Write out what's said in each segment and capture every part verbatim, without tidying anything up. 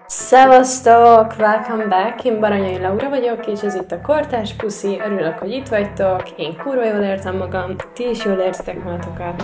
Szevasztok! Welcome back! Én Baranyai Laura vagyok, és ez itt a Kortárs Puszi. Örülök, hogy itt vagytok. Én kurva jól érzem magam, ti is jól érzitek magatokat.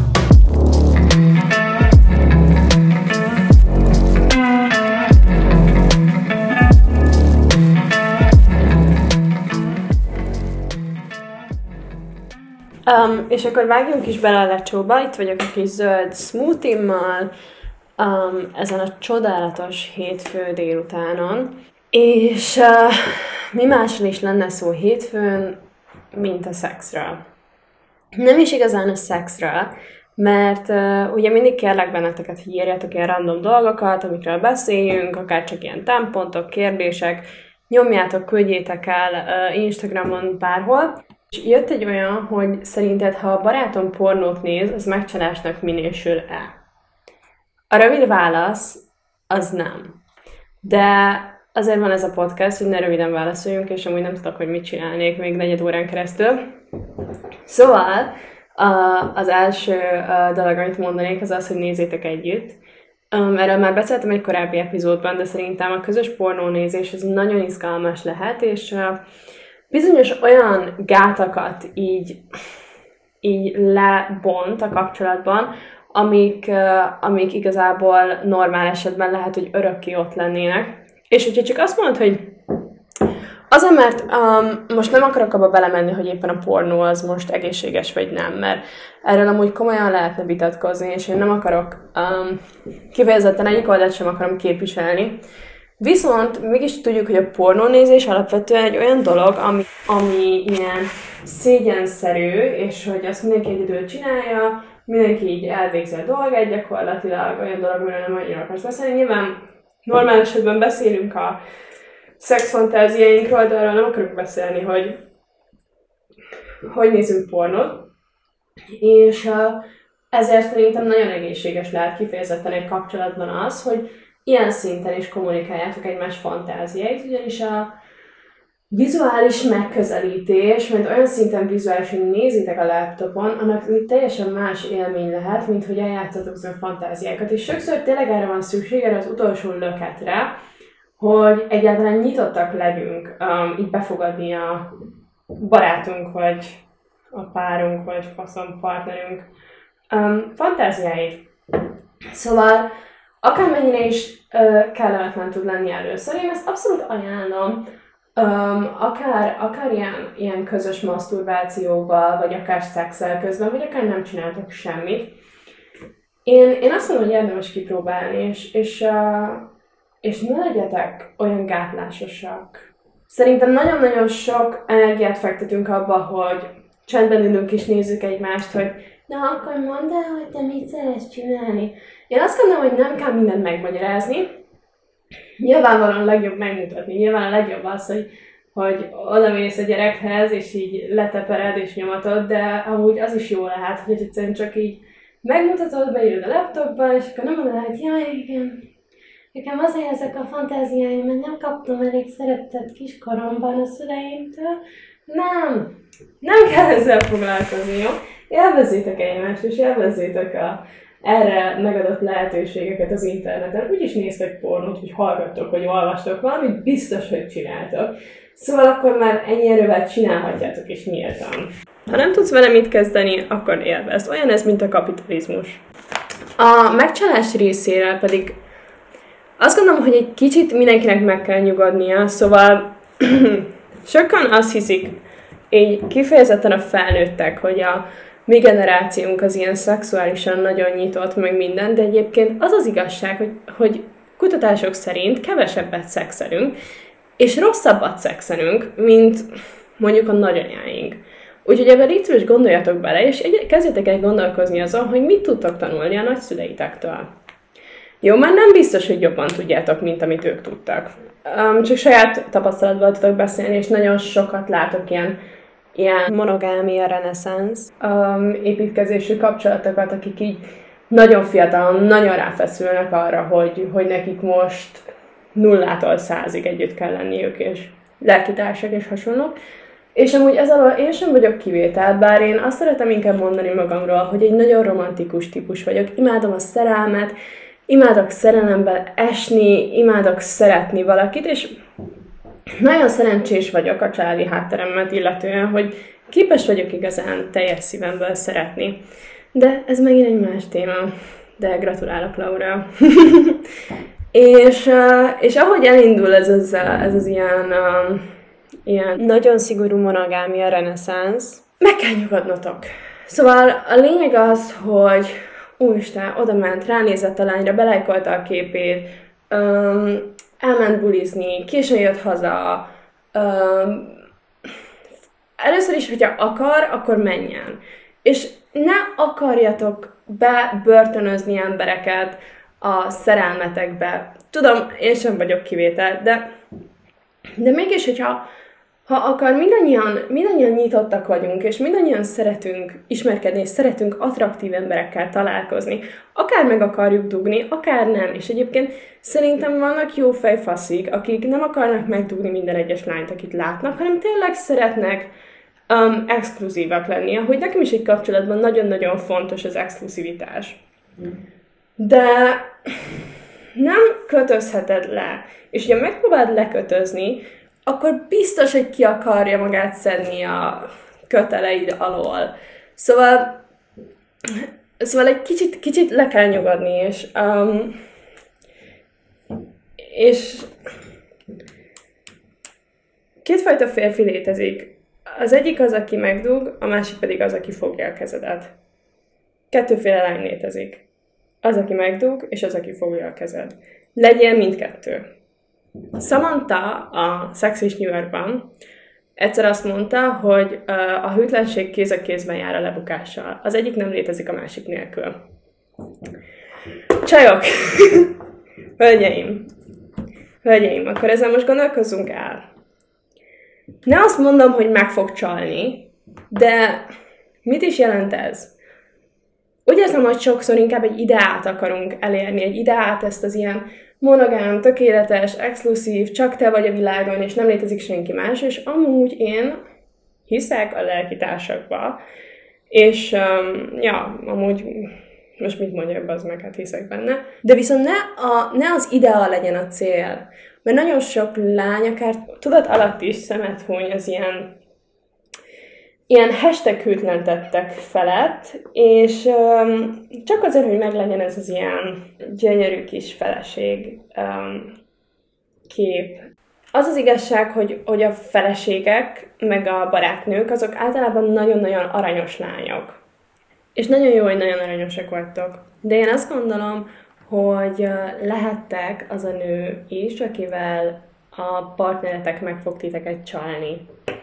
Um, és akkor vágjunk is bele a lecsóba. Itt vagyok a kis zöld smoothie-mal, um, ezen a csodálatos hétfő délutánon. És uh, mi másról is lenne szó hétfőn, mint a szexről. Nem is igazán a szexről, mert uh, ugye mindig kérlek benneteket, hogy írjatok ilyen random dolgokat, amikről beszéljünk, akár csak ilyen támpontok, kérdések, nyomjátok, küldjétek el uh, Instagramon bárhol. És jött egy olyan, hogy szerinted, ha a barátom pornót néz, az megcsalásnak minősül-e? A rövid válasz az nem. De azért van ez a podcast, hogy ne röviden válaszoljunk, és amúgy nem tudok, hogy mit csinálnék még negyed órán keresztül. Szóval az első dolog, amit mondanék, az az, hogy nézzétek együtt. Erről már beszéltem egy korábbi epizódban, de szerintem a közös pornónézés az nagyon izgalmas lehet, és bizonyos olyan gátakat így, így lebont a kapcsolatban, amik, amik igazából normál esetben lehet, hogy örökké ott lennének. És hogyha csak azt mondod, hogy azért, mert um, most nem akarok abba belemenni, hogy éppen a pornó az most egészséges vagy nem, mert erről amúgy komolyan lehetne vitatkozni, és én nem akarok um, kifejezetten egyik oldalt sem akarom képviselni. Viszont mégis tudjuk, hogy a pornónézés alapvetően egy olyan dolog, ami, ami ilyen szégyenszerű, és hogy azt mindenki egyedül csinálja, mindenki így elvégzi a dolgát, gyakorlatilag olyan dolog, amiről nem annyira akarsz beszélni. Nyilván normál esetben beszélünk a szexfantáziáinkról, de arról nem akarok beszélni, hogy hogy nézünk pornót. És uh, ezért szerintem nagyon egészséges lehet kifejezetten egy kapcsolatban az, hogy ilyen szinten is kommunikáljátok egymás fantáziáit, ugyanis a vizuális megközelítés, mert olyan szinten vizuális, hogy nézitek a laptopon, annak teljesen más élmény lehet, mint hogy eljátszatok a fantáziákat. És sokszor tényleg erre van szükség, erre az utolsó löketre, hogy egyáltalán nyitottak legyünk um, így befogadni a barátunk, vagy a párunk, vagy faszom partnerünk um, fantáziáit. Szóval akármennyire is uh, kellemetlen tud lenni először, én ezt abszolút ajánlom, um, akár, akár ilyen, ilyen közös maszturbációval, vagy akár szexel közben, vagy akár nem csináltok semmit. Én, én azt mondom, hogy érdemes kipróbálni, és, és, uh, és ne legyetek olyan gátlásosak. Szerintem nagyon-nagyon sok energiát fektetünk abba, hogy csendben ülünk és nézzük egymást, hogy na, akkor mondd el, hogy te mit szeretsz csinálni. Én azt gondolom, hogy nem kell mindent megmagyarázni. Nyilvánvalóan legjobb megmutatni. Nyilván a legjobb az, hogy, hogy odamész a gyerekhez, és így letepered és nyomatod, de amúgy az is jó lehet, hogy egyszerűen csak így megmutatod, beírod a laptopba, és akkor nem mondod, hogy jaj, igen, nekem azért ezek a fantáziáim, mert nem kaptam elég szeretet kiskoromban a szüleimtől. Nem! Nem kell ezzel foglalkozni, jó? Élvezzétek egymást, és élvezzétek a erre megadott lehetőségeket az interneten. Úgyis néztek pornót, hogy hallgattok, vagy olvastok valamit, biztos, hogy csináltok. Szóval akkor már ennyi erővel csinálhatjátok is nyíltan. Ha nem tudsz vele mit kezdeni, akkor élvezd. Olyan ez, mint a kapitalizmus. A megcsalás részéről pedig azt gondolom, hogy egy kicsit mindenkinek meg kell nyugodnia, szóval sokan azt hiszik, így kifejezetten a felnőttek, hogy a mi generációnk az ilyen szexuálisan nagyon nyitott, meg minden, de egyébként az az igazság, hogy, hogy kutatások szerint kevesebbet szexelünk, és rosszabbat szexelünk, mint mondjuk a nagyanyáink. Úgyhogy ebben légy gondoljatok bele, és egy, kezdjetek el gondolkozni azon, hogy mit tudtok tanulni a nagyszüleitektől. Jó, már nem biztos, hogy jobban tudjátok, mint amit ők tudtak. Um, csak saját tapasztalatból tudok beszélni, és nagyon sokat látok ilyen ilyen monogámia reneszánsz um, építkezésű kapcsolatokat, akik így nagyon fiatalon, nagyon ráfeszülnek arra, hogy, hogy nekik most nullától százig együtt kell lenniük, és lelkitársak és hasonlók. És amúgy ez alól én sem vagyok kivétel, bár én azt szeretem inkább mondani magamról, hogy egy nagyon romantikus típus vagyok, imádom a szerelmet, imádok szerelemben esni, imádok szeretni valakit, és nagyon szerencsés vagyok a családi hátteremet illetően, hogy képes vagyok igazán teljes szívemből szeretni. De ez megint egy más téma. De gratulálok, Laura. és, és ahogy elindul ez az, ez az ilyen, ilyen nagyon szigorú monogámia reneszánsz, meg kell nyugodnotok. Szóval a lényeg az, hogy úristen, oda ment, ránézett a lányra, belájkolta a képét, um, elment bulizni, későn jött haza. Um, először is, hogyha akar, akkor menjen. És ne akarjatok bebörtönözni embereket a szerelmetekbe. Tudom, én sem vagyok kivétel, de, de mégis, hogyha ha akar, mindannyian, mindannyian nyitottak vagyunk, és mindannyian szeretünk ismerkedni, és szeretünk attraktív emberekkel találkozni. Akár meg akarjuk dugni, akár nem. És egyébként szerintem vannak jó fejfaszik, akik nem akarnak megdugni minden egyes lányt, akit látnak, hanem tényleg szeretnek um, exkluzívak lenni. Ahogy nekem is egy kapcsolatban nagyon-nagyon fontos az exkluzivitás. De nem kötözheted le. És ha megpróbáld lekötözni, akkor biztos, hogy ki akarja magát szedni a köteleid alól. Szóval, szóval egy kicsit, kicsit le kell nyugodni, és, um, és kétfajta férfi létezik. Az egyik az, aki megdug, a másik pedig az, aki fogja a kezedet. Kettőféle lány létezik. Az, aki megdug, és az, aki fogja a kezed. Legyél mindkettő. Samantha a Sex és New Yorkban egyszer azt mondta, hogy uh, a hűtlenség kéz a kézben jár a lebukással. Az egyik nem létezik a másik nélkül. Csajok! Hölgyeim! Hölgyeim, akkor ezzel most gondolkozzunk el. Ne azt mondom, hogy meg fog csalni, de mit is jelent ez? Úgy érzem, hogy sokszor inkább egy ideát akarunk elérni, egy ideát, ezt az ilyen monogám, tökéletes, exkluzív, csak te vagy a világon, és nem létezik senki más, és amúgy én hiszek a lelkitársakba, és um, ja, amúgy most mit mondjak, az meg, hát hiszek benne, de viszont ne, a, ne az idea legyen a cél, mert nagyon sok lány, akár tudat alatt is szemet húny az ilyen ilyen hashtag hűtlentettek felett, és um, csak azért, hogy meglegyen ez az ilyen gyönyörű kis feleség um, kép. Az az igazság, hogy, hogy a feleségek, meg a barátnők, azok általában nagyon-nagyon aranyos lányok. És nagyon jó, hogy nagyon aranyosak vagytok. De én azt gondolom, hogy lehettek az a nő is, akivel a partneretek meg fog titeket csalni.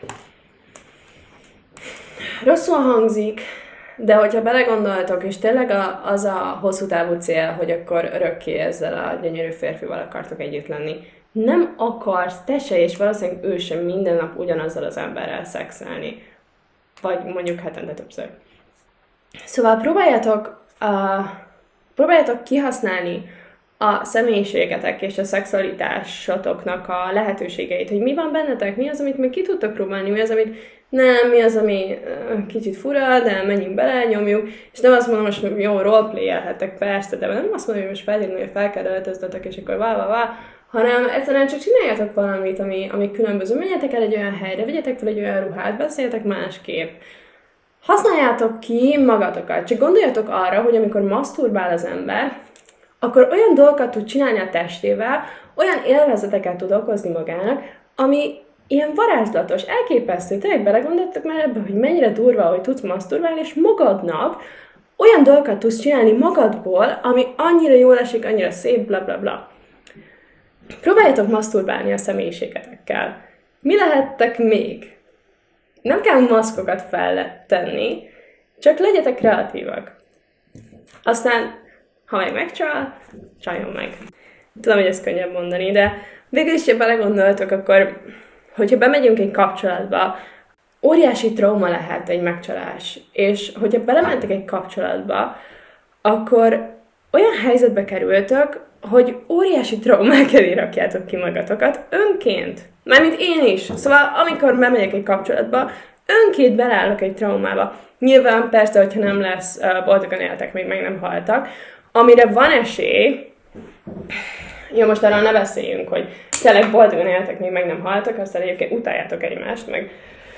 Rosszul hangzik, de hogyha belegondoltok, és tényleg a, az a hosszú távú cél, hogy akkor örökké ezzel a gyönyörű férfival akartok együtt lenni, nem akarsz te se, és valószínűleg ő sem minden nap ugyanazzal az emberrel szexelni. Vagy mondjuk hetente többször. Szóval próbáljátok, uh, próbáljátok kihasználni a személyiségetek és a szexualitásotoknak a lehetőségeit, hogy mi van bennetek, mi az, amit még ki tudtok próbálni, mi az, amit nem, mi az, ami uh, kicsit fura, de menjünk bele, nyomjuk, és nem azt mondom, hogy jó, roleplayelhettek, persze, de nem azt mondom, hogy most felírni, hogy fel kell öltöztetek, és akkor vá, vá, vá, hanem egyszerűen csak csináljatok valamit, ami, ami különböző. Menjetek el egy olyan helyre, vegyetek fel egy olyan ruhát, beszéljetek másképp. Használjátok ki magatokat. Csak gondoljatok arra, hogy amikor maszturbál az ember, akkor olyan dolgokat tud csinálni a testével, olyan élvezeteket tud okozni magának, ami ilyen varázslatos, elképesztő. Tényleg belegondoltak már ebbe, hogy mennyire durva, hogy tudsz maszturbálni, és magadnak olyan dolgokat tudsz csinálni magadból, ami annyira jól esik, annyira szép, bla bla bla. Próbáljatok maszturbálni a személyiségetekkel. Mi lehettek még? Nem kell maszkokat feltenni, csak legyetek kreatívak. Aztán, ha meg megcsal, csaljon meg. Tudom, hogy ezt könnyebb mondani, de végül is, ha belegondoltok, akkor, hogyha bemegyünk egy kapcsolatba, óriási trauma lehet egy megcsalás. És hogyha belementek egy kapcsolatba, akkor olyan helyzetbe kerültök, hogy óriási traumák elé rakjátok ki magatokat önként. Mármint én is. Szóval amikor bemegyek egy kapcsolatba, önként beleállok egy traumába. Nyilván persze, hogyha nem lesz uh, boldogan éltek, még meg nem haltak, amire van esély, Jó, most arról ne beszéljünk, hogy tényleg boldogan éltek, még meg nem haltak, aztán egyébként utáljátok egymást, meg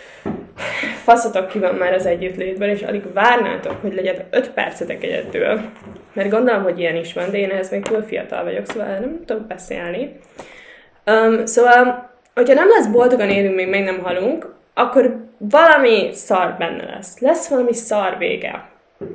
faszatok ki van már az együttlétben, és alig várnátok, hogy legyen öt percetek egyedül. Mert gondolom, hogy ilyen is van, de én ehhez még túl fiatal vagyok, szóval nem tudok beszélni. Um, szóval, hogyha nem lesz boldogan élünk, még meg nem halunk, akkor valami szar benne lesz. Lesz valami szar vége.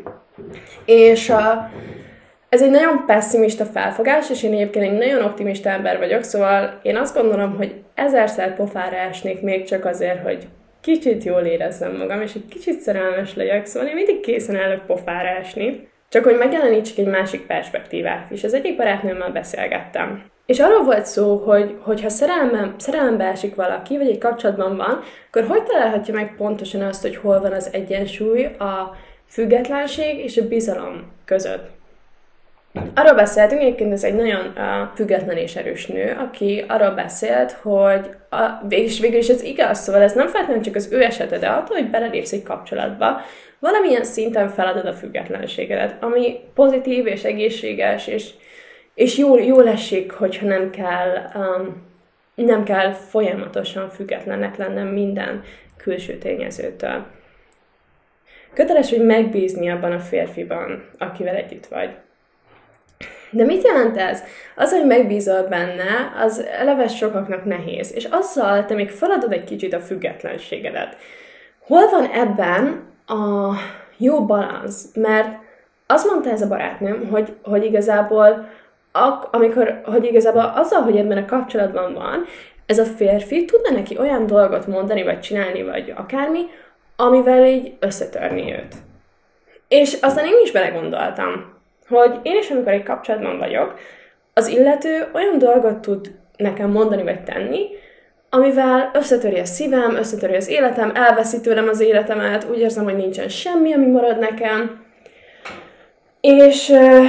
És uh, ez egy nagyon pessimista felfogás, és én egyébként egy nagyon optimista ember vagyok, szóval én azt gondolom, hogy ezerszer pofára esnék még csak azért, hogy kicsit jól érezzem magam, és egy kicsit szerelmes legyek, szóval én mindig készen állok pofára esni, csak hogy megjelenítsek egy másik perspektívát is. Az egyik barátnőmmel beszélgettem. És arról volt szó, hogy hogyha szerelmem, szerelembe esik valaki, vagy egy kapcsolatban van, akkor hogy találhatja meg pontosan azt, hogy hol van az egyensúly a függetlenség és a bizalom között. Arról beszéltünk, egyébként ez egy nagyon uh, független és erős nő, aki arról beszélt, hogy a, és végül is ez igaz, szóval ez nem feltétlenül csak az ő esete, de attól, hogy belelépsz egy kapcsolatba, valamilyen szinten feladod a függetlenségedet, ami pozitív és egészséges, és, és jól, jól esik, hogyha nem kell, um, nem kell folyamatosan függetlennek lennem minden külső tényezőtől. Köteles, hogy megbízni abban a férfiban, akivel együtt vagy. De mit jelent ez? Az, hogy megbízol benne, az eleve sokaknak nehéz, és azzal te még feladod egy kicsit a függetlenségedet. Hol van ebben a jó balansz? Mert azt mondta ez a barátnőm, hogy, hogy igazából, ak- amikor, hogy igazából azzal, hogy ebben a kapcsolatban van, ez a férfi tudna neki olyan dolgot mondani, vagy csinálni, vagy akármi, amivel így összetörni őt. És aztán én is belegondoltam, hogy én is, amikor egy kapcsolatban vagyok, az illető olyan dolgot tud nekem mondani vagy tenni, amivel összetöri a szívem, összetöri az életem, elveszi tőlem az életemet, úgy érzem, hogy nincsen semmi, ami marad nekem. És euh,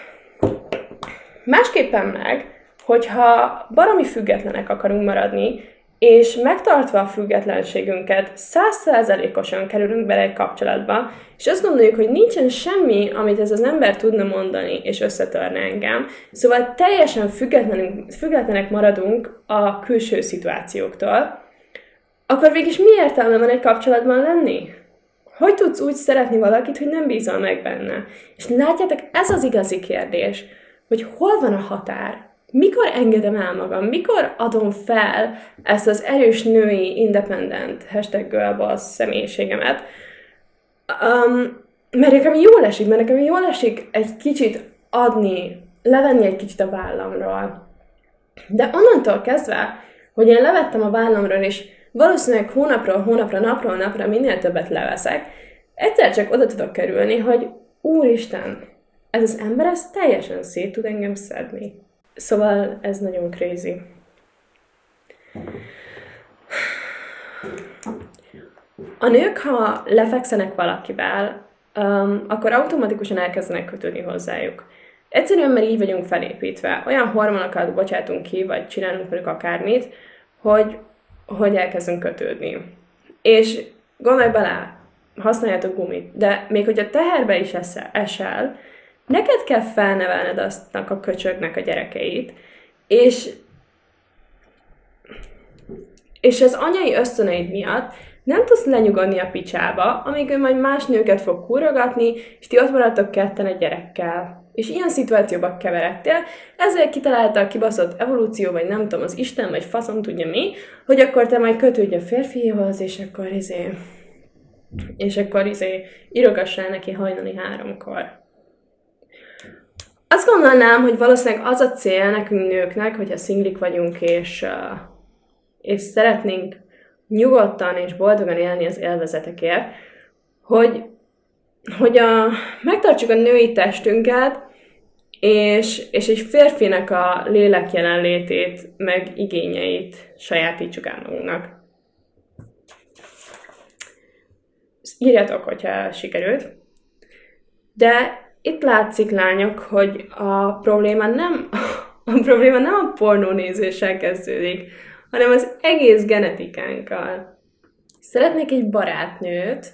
másképpen meg, hogyha baromi függetlenek akarunk maradni, és megtartva a függetlenségünket, száz százalékosan kerülünk bele egy kapcsolatba, és azt gondoljuk, hogy nincsen semmi, amit ez az ember tudna mondani, és összetörne engem. Szóval teljesen függetlenek maradunk a külső szituációktól, akkor végig mi értelme van egy kapcsolatban lenni? Hogy tudsz úgy szeretni valakit, hogy nem bízol meg benne? És látjátok, ez az igazi kérdés, hogy hol van a határ? Mikor engedem el magam? Mikor adom fel ezt az erős női, independent, hashtag girlboss személyiségemet? Um, mert nekem jól esik, mert nekem jól esik egy kicsit adni, levenni egy kicsit a vállamról. De onnantól kezdve, hogy én levettem a vállamról, és valószínűleg hónapról, hónapra, napról, napra minél többet leveszek, egyszer csak oda tudok kerülni, hogy úristen, ez az ember, ez teljesen szét tud engem szedni. Szóval ez nagyon crazy. A nők, ha lefekszenek valakivel, um, akkor automatikusan elkezdenek kötődni hozzájuk. Egyszerűen, mert így vagyunk felépítve. Olyan hormonokat bocsátunk ki, vagy csinálunk velük akármit, hogy, hogy elkezdünk kötődni. És gondolj bele, használjátok gumit, de még hogyha teherbe is esel, neked kell felnevelned aztnak a köcsögnek a gyerekeit, és, és az anyai ösztöneid miatt nem tudsz lenyugodni a picsába, amíg ő majd más nőket fog kúrogatni, és ti ott maradtok ketten egy gyerekkel. És ilyen szituációba keveredtél, ezért kitalálta a kibaszott evolúció, vagy nem tudom, az Isten, vagy faszom tudja mi, hogy akkor te majd kötődj a férfihoz, és akkor izé, és akkor izé, írogassál neki hajnali háromkor. Azt gondolnám, hogy valószínűleg az a cél nekünk nőknek, hogyha szinglik vagyunk, és, uh, és szeretnénk nyugodtan és boldogan élni az élvezetekért, hogy, hogy a, megtartsuk a női testünket, és, és egy férfinek a lélek jelenlétét, meg igényeit sajátítsuk el magunknak. Írjátok, hogyha sikerült. De itt látszik, lányok, hogy a probléma nem a, probléma nem a pornónézéssel kezdődik, hanem az egész genetikánkkal. Szeretnék egy barátnőt,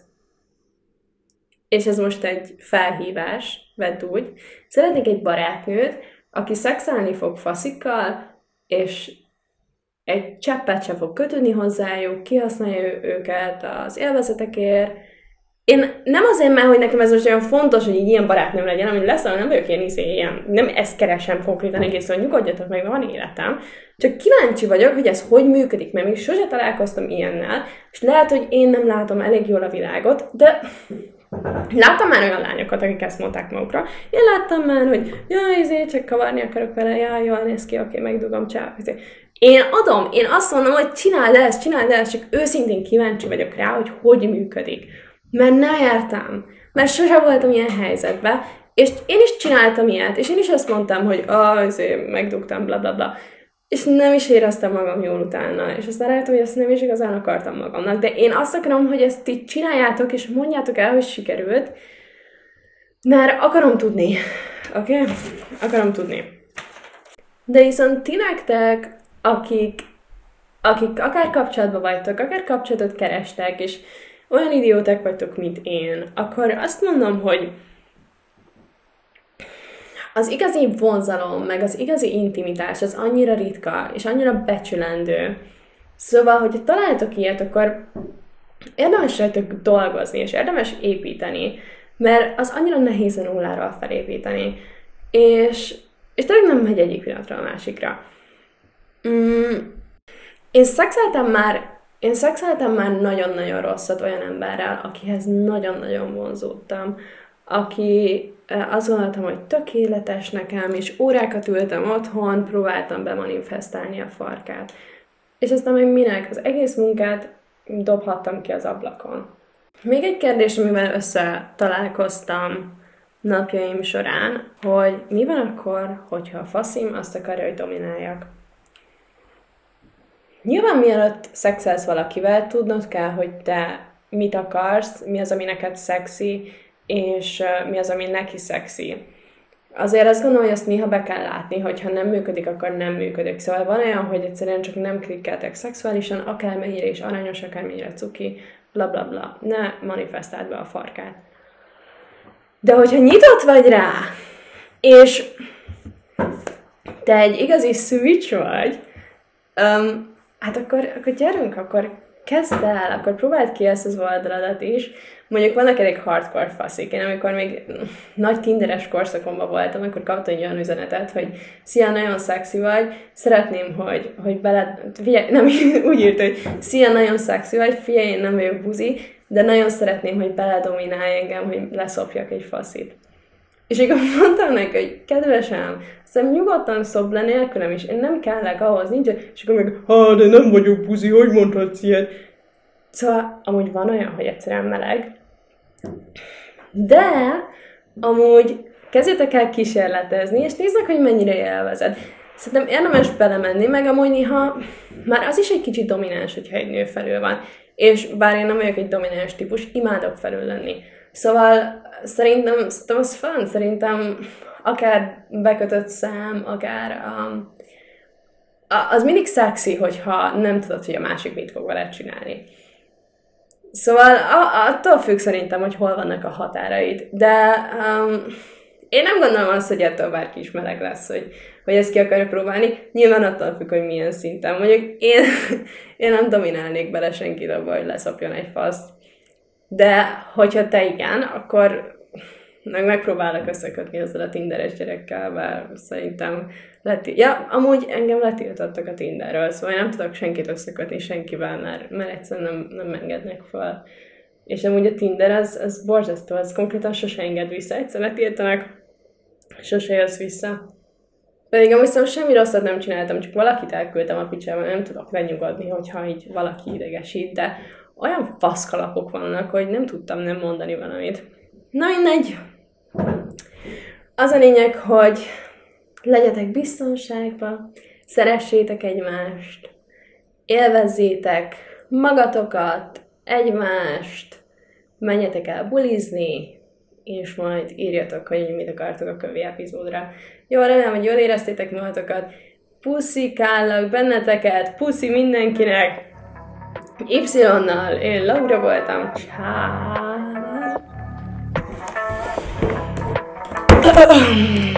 és ez most egy felhívás, vedd úgy, szeretnék egy barátnőt, aki szexelni fog faszikkal, és egy cseppet sem fog kötődni hozzájuk, kihasználja őket az élvezetekért. Én nem azért, mert hogy nekem ez most olyan fontos, hogy így ilyen barátnőm legyen, amit lesz, nem vagyok ilyen izé, ilyen, nem ezt keresem konkrétan egészen, hogy nyugodjatok meg, van életem. Csak kíváncsi vagyok, hogy ez hogy működik, mert még sose találkoztam ilyennel, és lehet, hogy én nem látom elég jól a világot, de láttam már olyan lányokat, akik ezt mondták magukra. Én láttam már, hogy jaj, izé, csak kavarni akarok vele, jaj, jól néz ki, oké, megdugom, csáv. Én adom, én azt mondom, hogy csináld ezt, csináld ezt, csak őszintén kíváncsi vagyok rá, hogy hogy működik. Mert nem értem. Mert sose voltam ilyen helyzetben, és én is csináltam ilyet, és én is azt mondtam, hogy ah, azért megdugtam, bla bla bla. És nem is éreztem magam jól utána, és aztán rájöttem, hogy ezt nem is igazán akartam magamnak. De én azt akarom, hogy ezt így csináljátok, és mondjátok el, hogy sikerült, mert akarom tudni. Oké? Okay? Akarom tudni. De viszont ti nektek, akik, akik akár kapcsolatban vagytok, akár kapcsolatot kerestek, és olyan idióták vagytok, mint én, akkor azt mondom, hogy az igazi vonzalom, meg az igazi intimitás az annyira ritka, és annyira becsülendő. Szóval, hogyha találtok ilyet, akkor érdemes rajtok dolgozni, és érdemes építeni, mert az annyira nehéz a nulláról felépíteni. És, és tényleg nem megy egyik pillanatra a másikra. Mm, én szexeltem már Én szexeltem már nagyon-nagyon rosszat olyan emberrel, akihez nagyon-nagyon vonzódtam, aki azt gondoltam, hogy tökéletes nekem, és órákat ültem otthon, próbáltam bemanifestálni a farkát. És aztán meg minek? Az egész munkát dobhattam ki az ablakon. Még egy kérdés, amivel összetalálkoztam napjaim során, hogy mi van akkor, hogyha a faszim azt akarja, hogy domináljak. Nyilván mielőtt szexelsz valakivel, tudnod kell, hogy te mit akarsz, mi az, ami neked szexi, és uh, mi az, ami neki szexi. Azért azt gondolom, hogy azt néha be kell látni, hogy ha nem működik, akkor nem működik. Szóval van olyan, hogy egyszerűen csak nem klikkeltek szexuálisan, akármennyire is aranyos, akármennyire cuki, bla bla bla. Ne manifestáld be a farkát. De hogyha nyitott vagy rá, és te egy igazi switch vagy, um, hát akkor, akkor gyerünk, akkor kezd el, akkor próbáld ki ezt az oldaladat is. Mondjuk vannak elég hardcore faszik. Én amikor még nagy tinderes korszakomban voltam, akkor kaptam egy olyan üzenetet, hogy szia, nagyon szexi vagy, szeretném, hogy, hogy beled... Figyelj, nem, úgy írt, hogy szia, nagyon szexi vagy, figyelj, én nem vagyok buzi, de nagyon szeretném, hogy beledominálj engem, hogy leszopjak egy faszit. És akkor mondtam neki, hogy kedvesem, szerintem nyugodtan szob le nélkülem is, én nem kellek ahhoz, nincs, és akkor meg, ha, de nem vagyok buzi, hogy mondhatsz ilyet? Szóval amúgy van olyan, hogy egyszerűen meleg, de amúgy kezdjétek el kísérletezni, és nézzek, hogy mennyire élvezed. Szerintem érdemes belemenni, meg amúgy néha már az is egy kicsit domináns, hogyha egy nő felül van. És bár én nem vagyok egy domináns típus, imádok felül lenni. Szóval szerintem, szerintem az fun, szerintem akár bekötött szám, akár um, az mindig szexi, hogyha nem tudod, hogy a másik mit fog veled csinálni. Szóval a, attól függ szerintem, hogy hol vannak a határaid. De um, én nem gondolom azt, hogy ettől bárki is meleg lesz, hogy, hogy ezt ki akarja próbálni. Nyilván attól függ, hogy milyen szinten. Mondjuk én, én nem dominálnék bele senkit abba, hogy leszopjon egy faszt. De hogyha te igen, akkor meg megpróbálok összekötni ezzel a tinderes gyerekkel, mert szerintem leti... Ja, amúgy engem letiltottak a Tinderről, szóval én nem tudok senkit összekötni senkivel, mert, mert egyszerűen nem, nem engednek fel. És amúgy a Tinder az, az borzasztó, az konkrétan sose enged vissza, egyszer letiltanak, sose jössz vissza. Pedig amúgy szerintem semmi rosszat nem csináltam, csak valakit elküldtem a picsába, nem tudok lenyugodni, hogyha így valaki idegesít, de olyan faszkalapok vannak, hogy nem tudtam nem mondani valamit. Na mindegy. Az a lényeg, hogy legyetek biztonságban, szeressétek egymást, élvezzétek magatokat, egymást, menjetek el bulizni, és majd írjatok, hogy mit akartok a kövi epizódra. Jó, remélem, hogy jól éreztétek magatokat. Puszikálok benneteket, puszi mindenkinek! Y-nal, én Laura voltam. Ciao.